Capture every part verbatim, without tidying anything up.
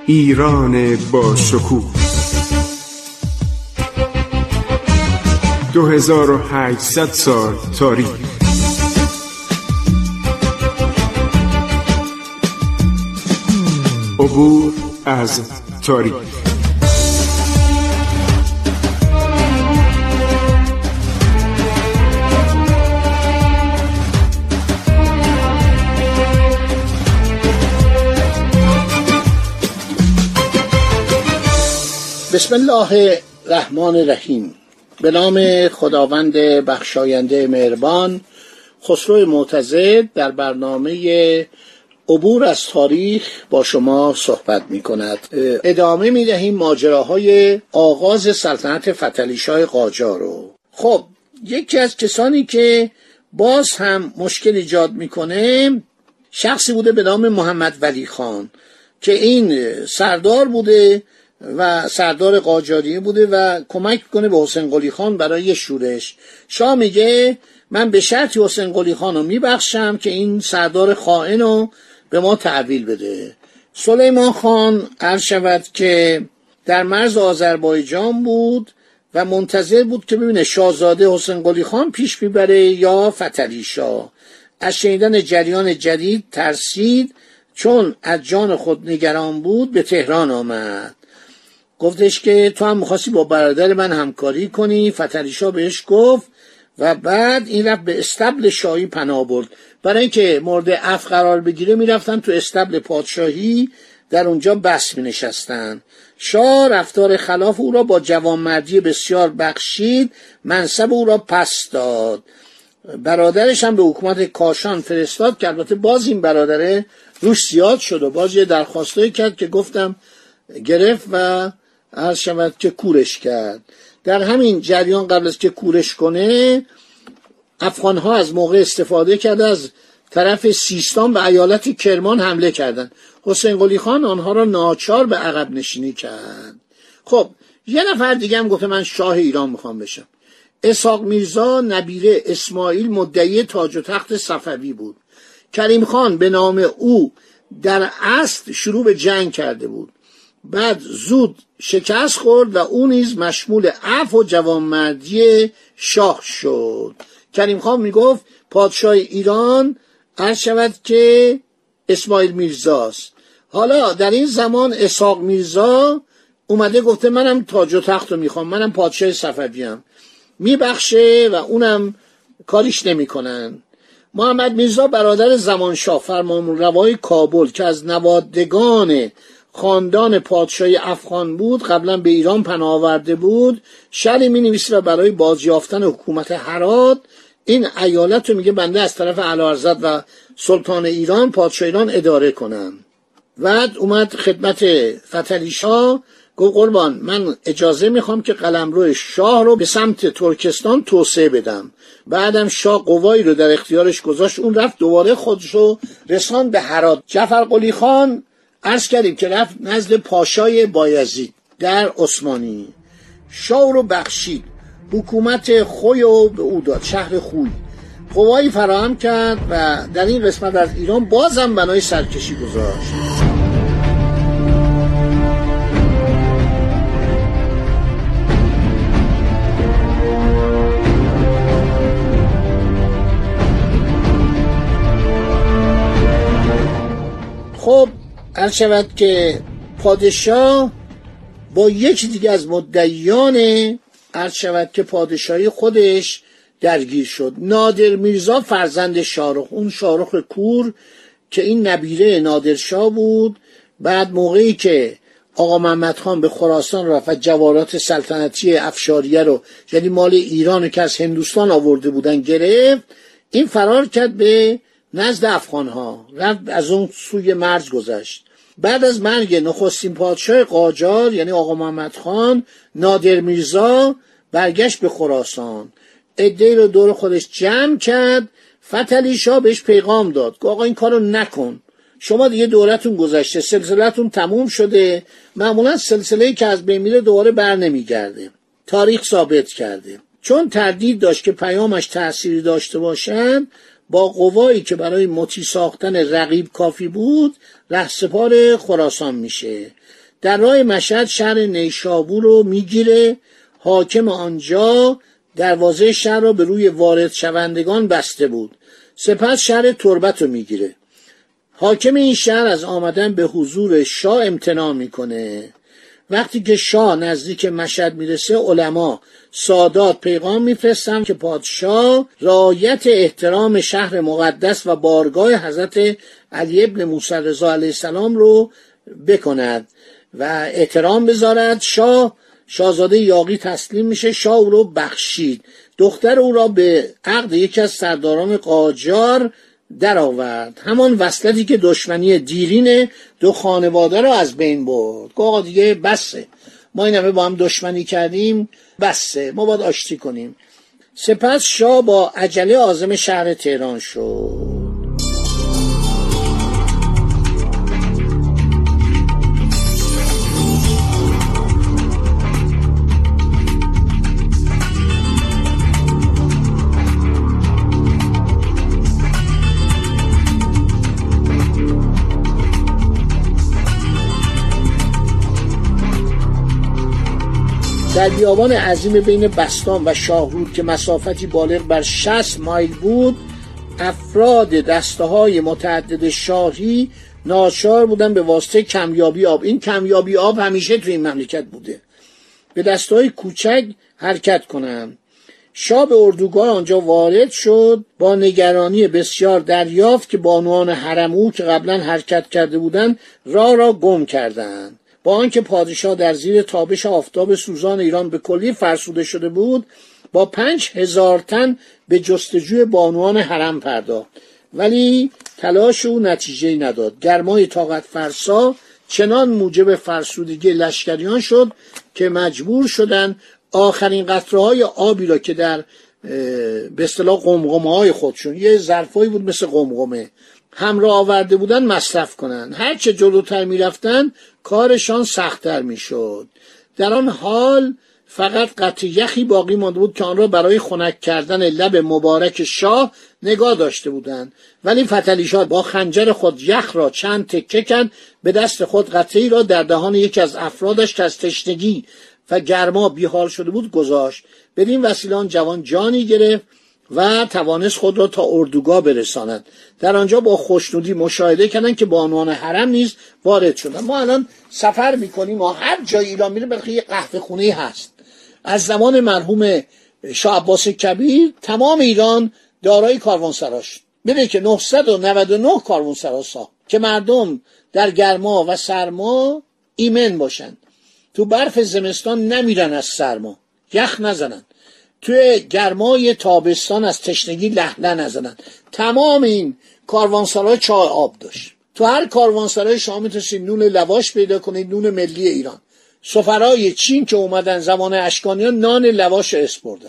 ایران با شکوه دو هزار و هشتصد سال تاریخ. عبور از تاریخ. بسم الله الرحمن الرحیم. به نام خداوند بخشاینده مهربان. خسرو معتضد در برنامه عبور از تاریخ با شما صحبت می کند. ادامه می دهیم ماجراهای آغاز سلطنت فتحعلیشاه قاجار رو. خب یکی از کسانی که باز هم مشکل ایجاد میکنه شخصی بوده به نام محمد ولی خان که این سردار بوده و سردار قاجاریه بوده و کمک میکنه به حسین قلی خان برای شورش. شاه میگه من به شرطی حسین قلی خان رو میبخشم که این سردار خائن رو به ما تحویل بده. سلیمان خان عرض شود که در مرز آذربایجان بود و منتظر بود که ببینه شاهزاده حسین قلی خان پیش میبره یا فتحعلیشاه. از شنیدن جریان جدید ترسید، چون از جان خود نگران بود به تهران آمد. گفتش که تو هم می‌خواستی با برادر من همکاری کنی. فتحعلیشاه بهش گفت و بعد این رفت به استبل شاهی پناه برد. برای اینکه مورد عفو قرار بگیره میرفتن تو استبل پادشاهی، در اونجا بس می‌نشستن. شاه رفتار خلاف او را با جوانمردی بسیار بخشید، منصب او را پس داد. برادرش هم به حکومت کاشان فرستاد که البته باز این برادره روش زیاد شد و باز یه درخواستایی کرد که گفتم گرفت و عرض شود که کورش کرد. در همین جریان قبل از که کورش کنه افغانها از موقع استفاده کرده از طرف سیستان به ایالت کرمان حمله کردند. حسین قلی خان آنها را ناچار به عقب نشینی کرد. خب یه نفر دیگه هم گفته من شاه ایران میخوام بشم. اسحاق میرزا نبیره اسماعیل مدعی تاج و تخت صفوی بود. کریم خان به نام او در اصل شروع به جنگ کرده بود، بعد زود شکست خورد و او نیز مشمول عفو و جوانمردی شاه شد. کریم خان میگفت پادشاه ایران عرض شود که اسماعیل میرزاست. حالا در این زمان اسحاق میرزا اومده گفته منم تاج و تخت رو میخوام، منم پادشاه صفویم، میبخشه و اونم کاریش نمیکنن. محمد میرزا برادر زمانشاه فرمانروای کابل که از نوادگان خاندان پادشاهی افغان بود، قبلا به ایران پناه آورده بود، شعری می نویسه و برای بازیافتن حکومت هرات این ایالت رو میگه بنده از طرف اعلیحضرت و سلطان ایران پادشاه ایران اداره کنم. بعد اومد خدمت فتحعلیشاه گفت قربان من اجازه میخوام که قلمرو شاه رو به سمت ترکستان توسعه بدم. بعدم شاه قوایی رو در اختیارش گذاشت، اون رفت دوباره خودش رو رساند به هرات. جعفر قلی خان عرض کردیم که رفت نزد پاشای بایزید در عثمانی، شاه رو بخشید، حکومت خوی رو به او داد، شهر خوی قوایی فراهم کرد و در این قسمت از ایران بازم بنای سرکشی گذاشت. خب عرض شود که پادشاه با یکی دیگه از مدعیان عرض شود که پادشاهی خودش درگیر شد. نادر میرزا فرزند شاهرخ، اون شاهرخ کور که این نبیره نادرشاه بود. بعد موقعی که آقا محمد خان به خراسان رفت و جواهرات سلطنتی افشاریه رو یعنی مال ایران که از هندوستان آورده بودن گرفت، این فرار کرد به نزد افغانها، رفت از اون سوی مرز گذشت. بعد از مرگ نخستین پادشاه قاجار یعنی آقا محمد خان، نادر میرزا برگشت به خراسان، عده‌ای رو دور خودش جمع کرد. فتحعلیشاه بهش پیغام داد که آقا این کارو نکن، شما دیگه دورتون گذشته، سلسله‌تون تموم شده. معمولا سلسله‌ای که از بین میره دوباره بر نمیگرده، تاریخ ثابت کرده. چون تردید داشت که پیامش تأثیری داشته باشد، با قوایی که برای مطیع ساختن رقیب کافی بود رهسپار خراسان میشه. در راه مشهد شهر نیشابور رو میگیره. حاکم آنجا دروازه شهر را به روی وارد شوندگان بسته بود. سپس شهر تربت رو میگیره. حاکم این شهر از آمدن به حضور شاه امتناع میکنه. وقتی که شاه نزدیک مشهد میرسه علما سادات پیغام میفرستن که پادشاه رعایت احترام شهر مقدس و بارگاه حضرت علی ابن موسی رضا علیه السلام رو بکند و احترام بذارد. شاه شاهزاده یاغی تسلیم میشه. شاه او رو بخشید. دختر او را به عقد یکی از سرداران قاجار در آورد. همان وصلتی که دشمنی دیرین دو خانواده را از بین برد. آقا دیگه بسه، ما این همه با هم دشمنی کردیم، بسه، ما باید آشتی کنیم. سپس شاه با عجله عازم شهر تهران شد. در بیابان عظیم بین بستان و شاهرود که مسافتی بالغ بر شصت مایل بود، افراد دسته‌های متعدد شاهی ناچار بودن به واسطه کمیابی آب، این کمیابی آب همیشه توی این مملکت بوده، به دسته‌های کوچک حرکت کنند. شاه به اردوگاه آنجا وارد شد. با نگرانی بسیار دریافت که بانوان حرم او که قبلا حرکت کرده بودند راه را گم کردند. با آنکه پادشاه در زیر تابش آفتاب سوزان ایران به کلی فرسوده شده بود، با پنج هزار تن به جستجوی بانوان حرم پرداخت، ولی تلاش او نتیجه‌ای نداد. گرمای طاقت فرسا چنان موجب فرسودگی لشکریان شد که مجبور شدند آخرین قطره‌های آبی را که در به اصطلاح قمقمه‌های خودشون، یه ظرفایی بود مثل قمقمه، همراه آورده بودن مصرف کنند. هر چه جلوتر می رفتن کارشان سخت‌تر می شد. در آن حال فقط قطره یخی باقی مانده بود که آن را برای خنک کردن لب مبارک شاه نگاه داشته بودند، ولی فتلیشاه با خنجر خود یخ را چند تکه کرد، به دست خود قطره‌ای را در دهان یکی از افرادش که از تشنگی و گرما بیحال شده بود گذاشت. بدین وسیله آن جوان جانی گرفت و توانست خود را تا اردوگاه برساند. در آنجا با خوشنودی مشاهده کردند که بانوان حرم نیز وارد شدند. ما الان سفر میکنیم، ما هر جای ایران میریم بالاخره یه قهوه خونه هست. از زمان مرحوم شاه عباس کبیر تمام ایران دارای کاروانسرا شد. ببینید که نهصد و نود و نه کاروانسرا ساخت که مردم در گرما و سرما ایمن باشند. تو برف زمستان نمیرن از سرما، یخ نزنن. توی گرمای تابستان از تشنگی لهله نزنن. تمام این کاروانسرا چای آب داشت. تو هر کاروانسرای شما میتونید نون لواش پیدا کنید، نون ملی ایران. سفرای چین که اومدن زمان اشکانیان نان لواش اسپردن،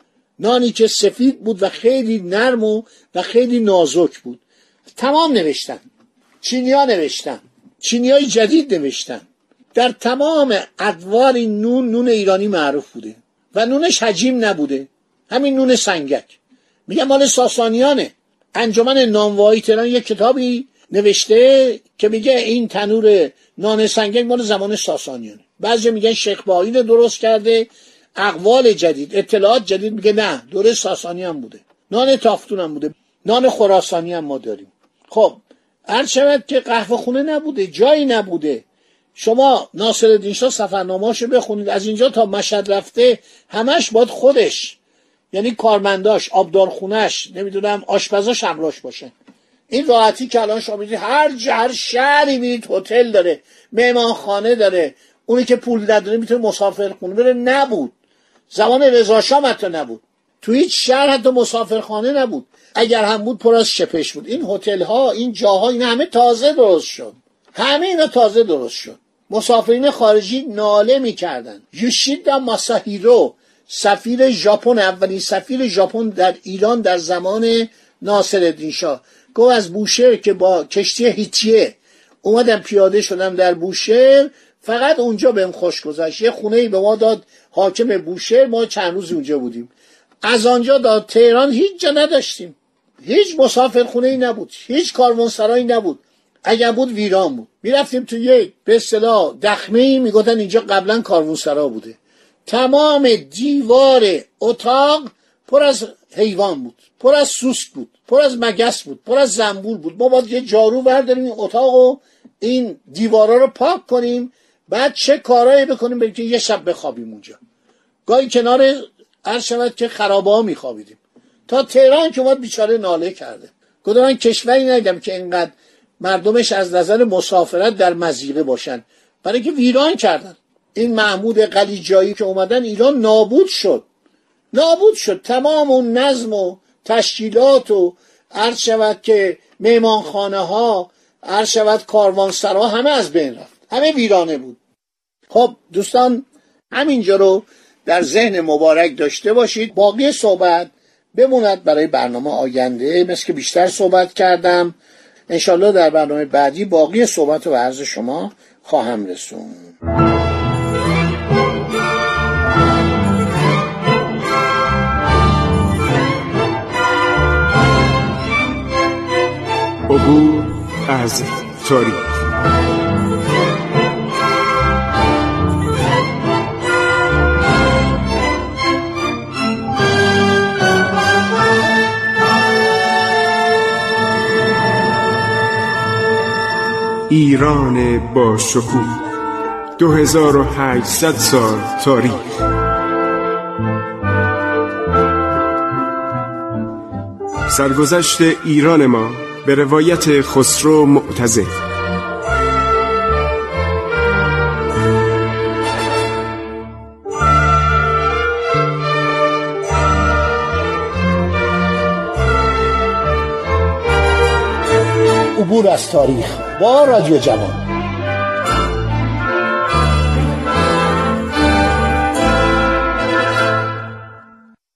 نانی که سفید بود و خیلی نرم و, و خیلی نازک بود. تمام نوشتن، چینی‌ها نوشتن، چینی‌های جدید نوشتن. در تمام ادوار این نون نون ایرانی معروف بوده و نونش حجیم نبوده، همین نون سنگک. میگم مال ساسانیانه. انجمن نانوایی تهران یک کتابی نوشته که میگه این تنور نان سنگک مال زمان ساسانیانه. بعضی میگن شیخ بهایی درست کرده، اقوال جدید، اطلاعات جدید میگه نه، دوره ساسانی هم بوده. نان تافتون هم بوده، نان خراسانی هم ما داریم. خب عرض شود که قهوه خونه نبوده، جایی نبوده. شما ناصرالدین شاه سفرنامه‌اشو بخونید، از اینجا تا مشهد رفته همش باید خودش، یعنی کارمنداش، آبدارخونش، نمیدونم آشپزاش همراهش باشه. این راحتی که الان شما میدید هر هر شهری میرید هتل داره، مهمانخانه داره، اونی که پول نداره میتونه مسافرخونه بره. نبود زمان رضا شاه، حتی نبود تو هیچ شهر، حتی مسافرخانه نبود. اگر هم بود پر از شپش بود. این هتل ها، این جاها، این همه تازه درست شد، همه اینا تازه درست شد. مسافرین خارجی ناله میکردن. یوشیدا ماساهیرو، سفیر ژاپن، اولین سفیر ژاپن در ایران در زمان ناصرالدین شاه، گفت از بوشهر که با کشتی هیتیه اومدم پیاده شدم در بوشهر، فقط اونجا بهم خوش گذشت. یه خونه‌ای به ما داد حاکم بوشهر، ما چند روز اونجا بودیم. از آنجا تا تهران هیچ جا نداشتیم، هیچ مسافرخونه‌ای نبود، هیچ کاروانسرایی نبود، اگر بود ویران بود. میرفتیم تو یک به اصطلاح دخمه‌ای، میگفتن اینجا قبلا کاروانسرا بوده. تمام دیوار اتاق پر از حیوان بود، پر از سوسک بود، پر از مگس بود، پر از زنبور بود. ما باید یه جارو برداریم این اتاق و این دیوارا رو پاک کنیم، بعد چه کارایی بکنیم بریم که یه شب بخوابیم اونجا. گاهی کنار عرض شود که خرابه ها میخوابیدیم. تا تهران که اومد بیچاره ناله کرده، گفت من کشوری ندیدم که اینقدر مردمش از نظر مسافرت در مضیقه باشن، برای که ویران کردن. این محمود قلیجایی که اومدن ایران نابود شد، نابود شد. تمام اون نظم و تشکیلات و عرض شود که مهمانخانه ها، عرض شود کاروانسرا، همه از بین رفت، همه ویرانه بود. خب دوستان، همینجا رو در ذهن مبارک داشته باشید. باقی صحبت بموند برای برنامه آینده. مثل که بیشتر صحبت کردم، انشالله در برنامه بعدی باقی صحبت رو به عرض شما خواهم رسوند. عبور از تاریخ. ایران با شکوه، دو هزار و هشتصد سال تاریخ. سرگذشت ایران ما به روایت خسرو معتزد. عبور از تاریخ با رادیو جوان.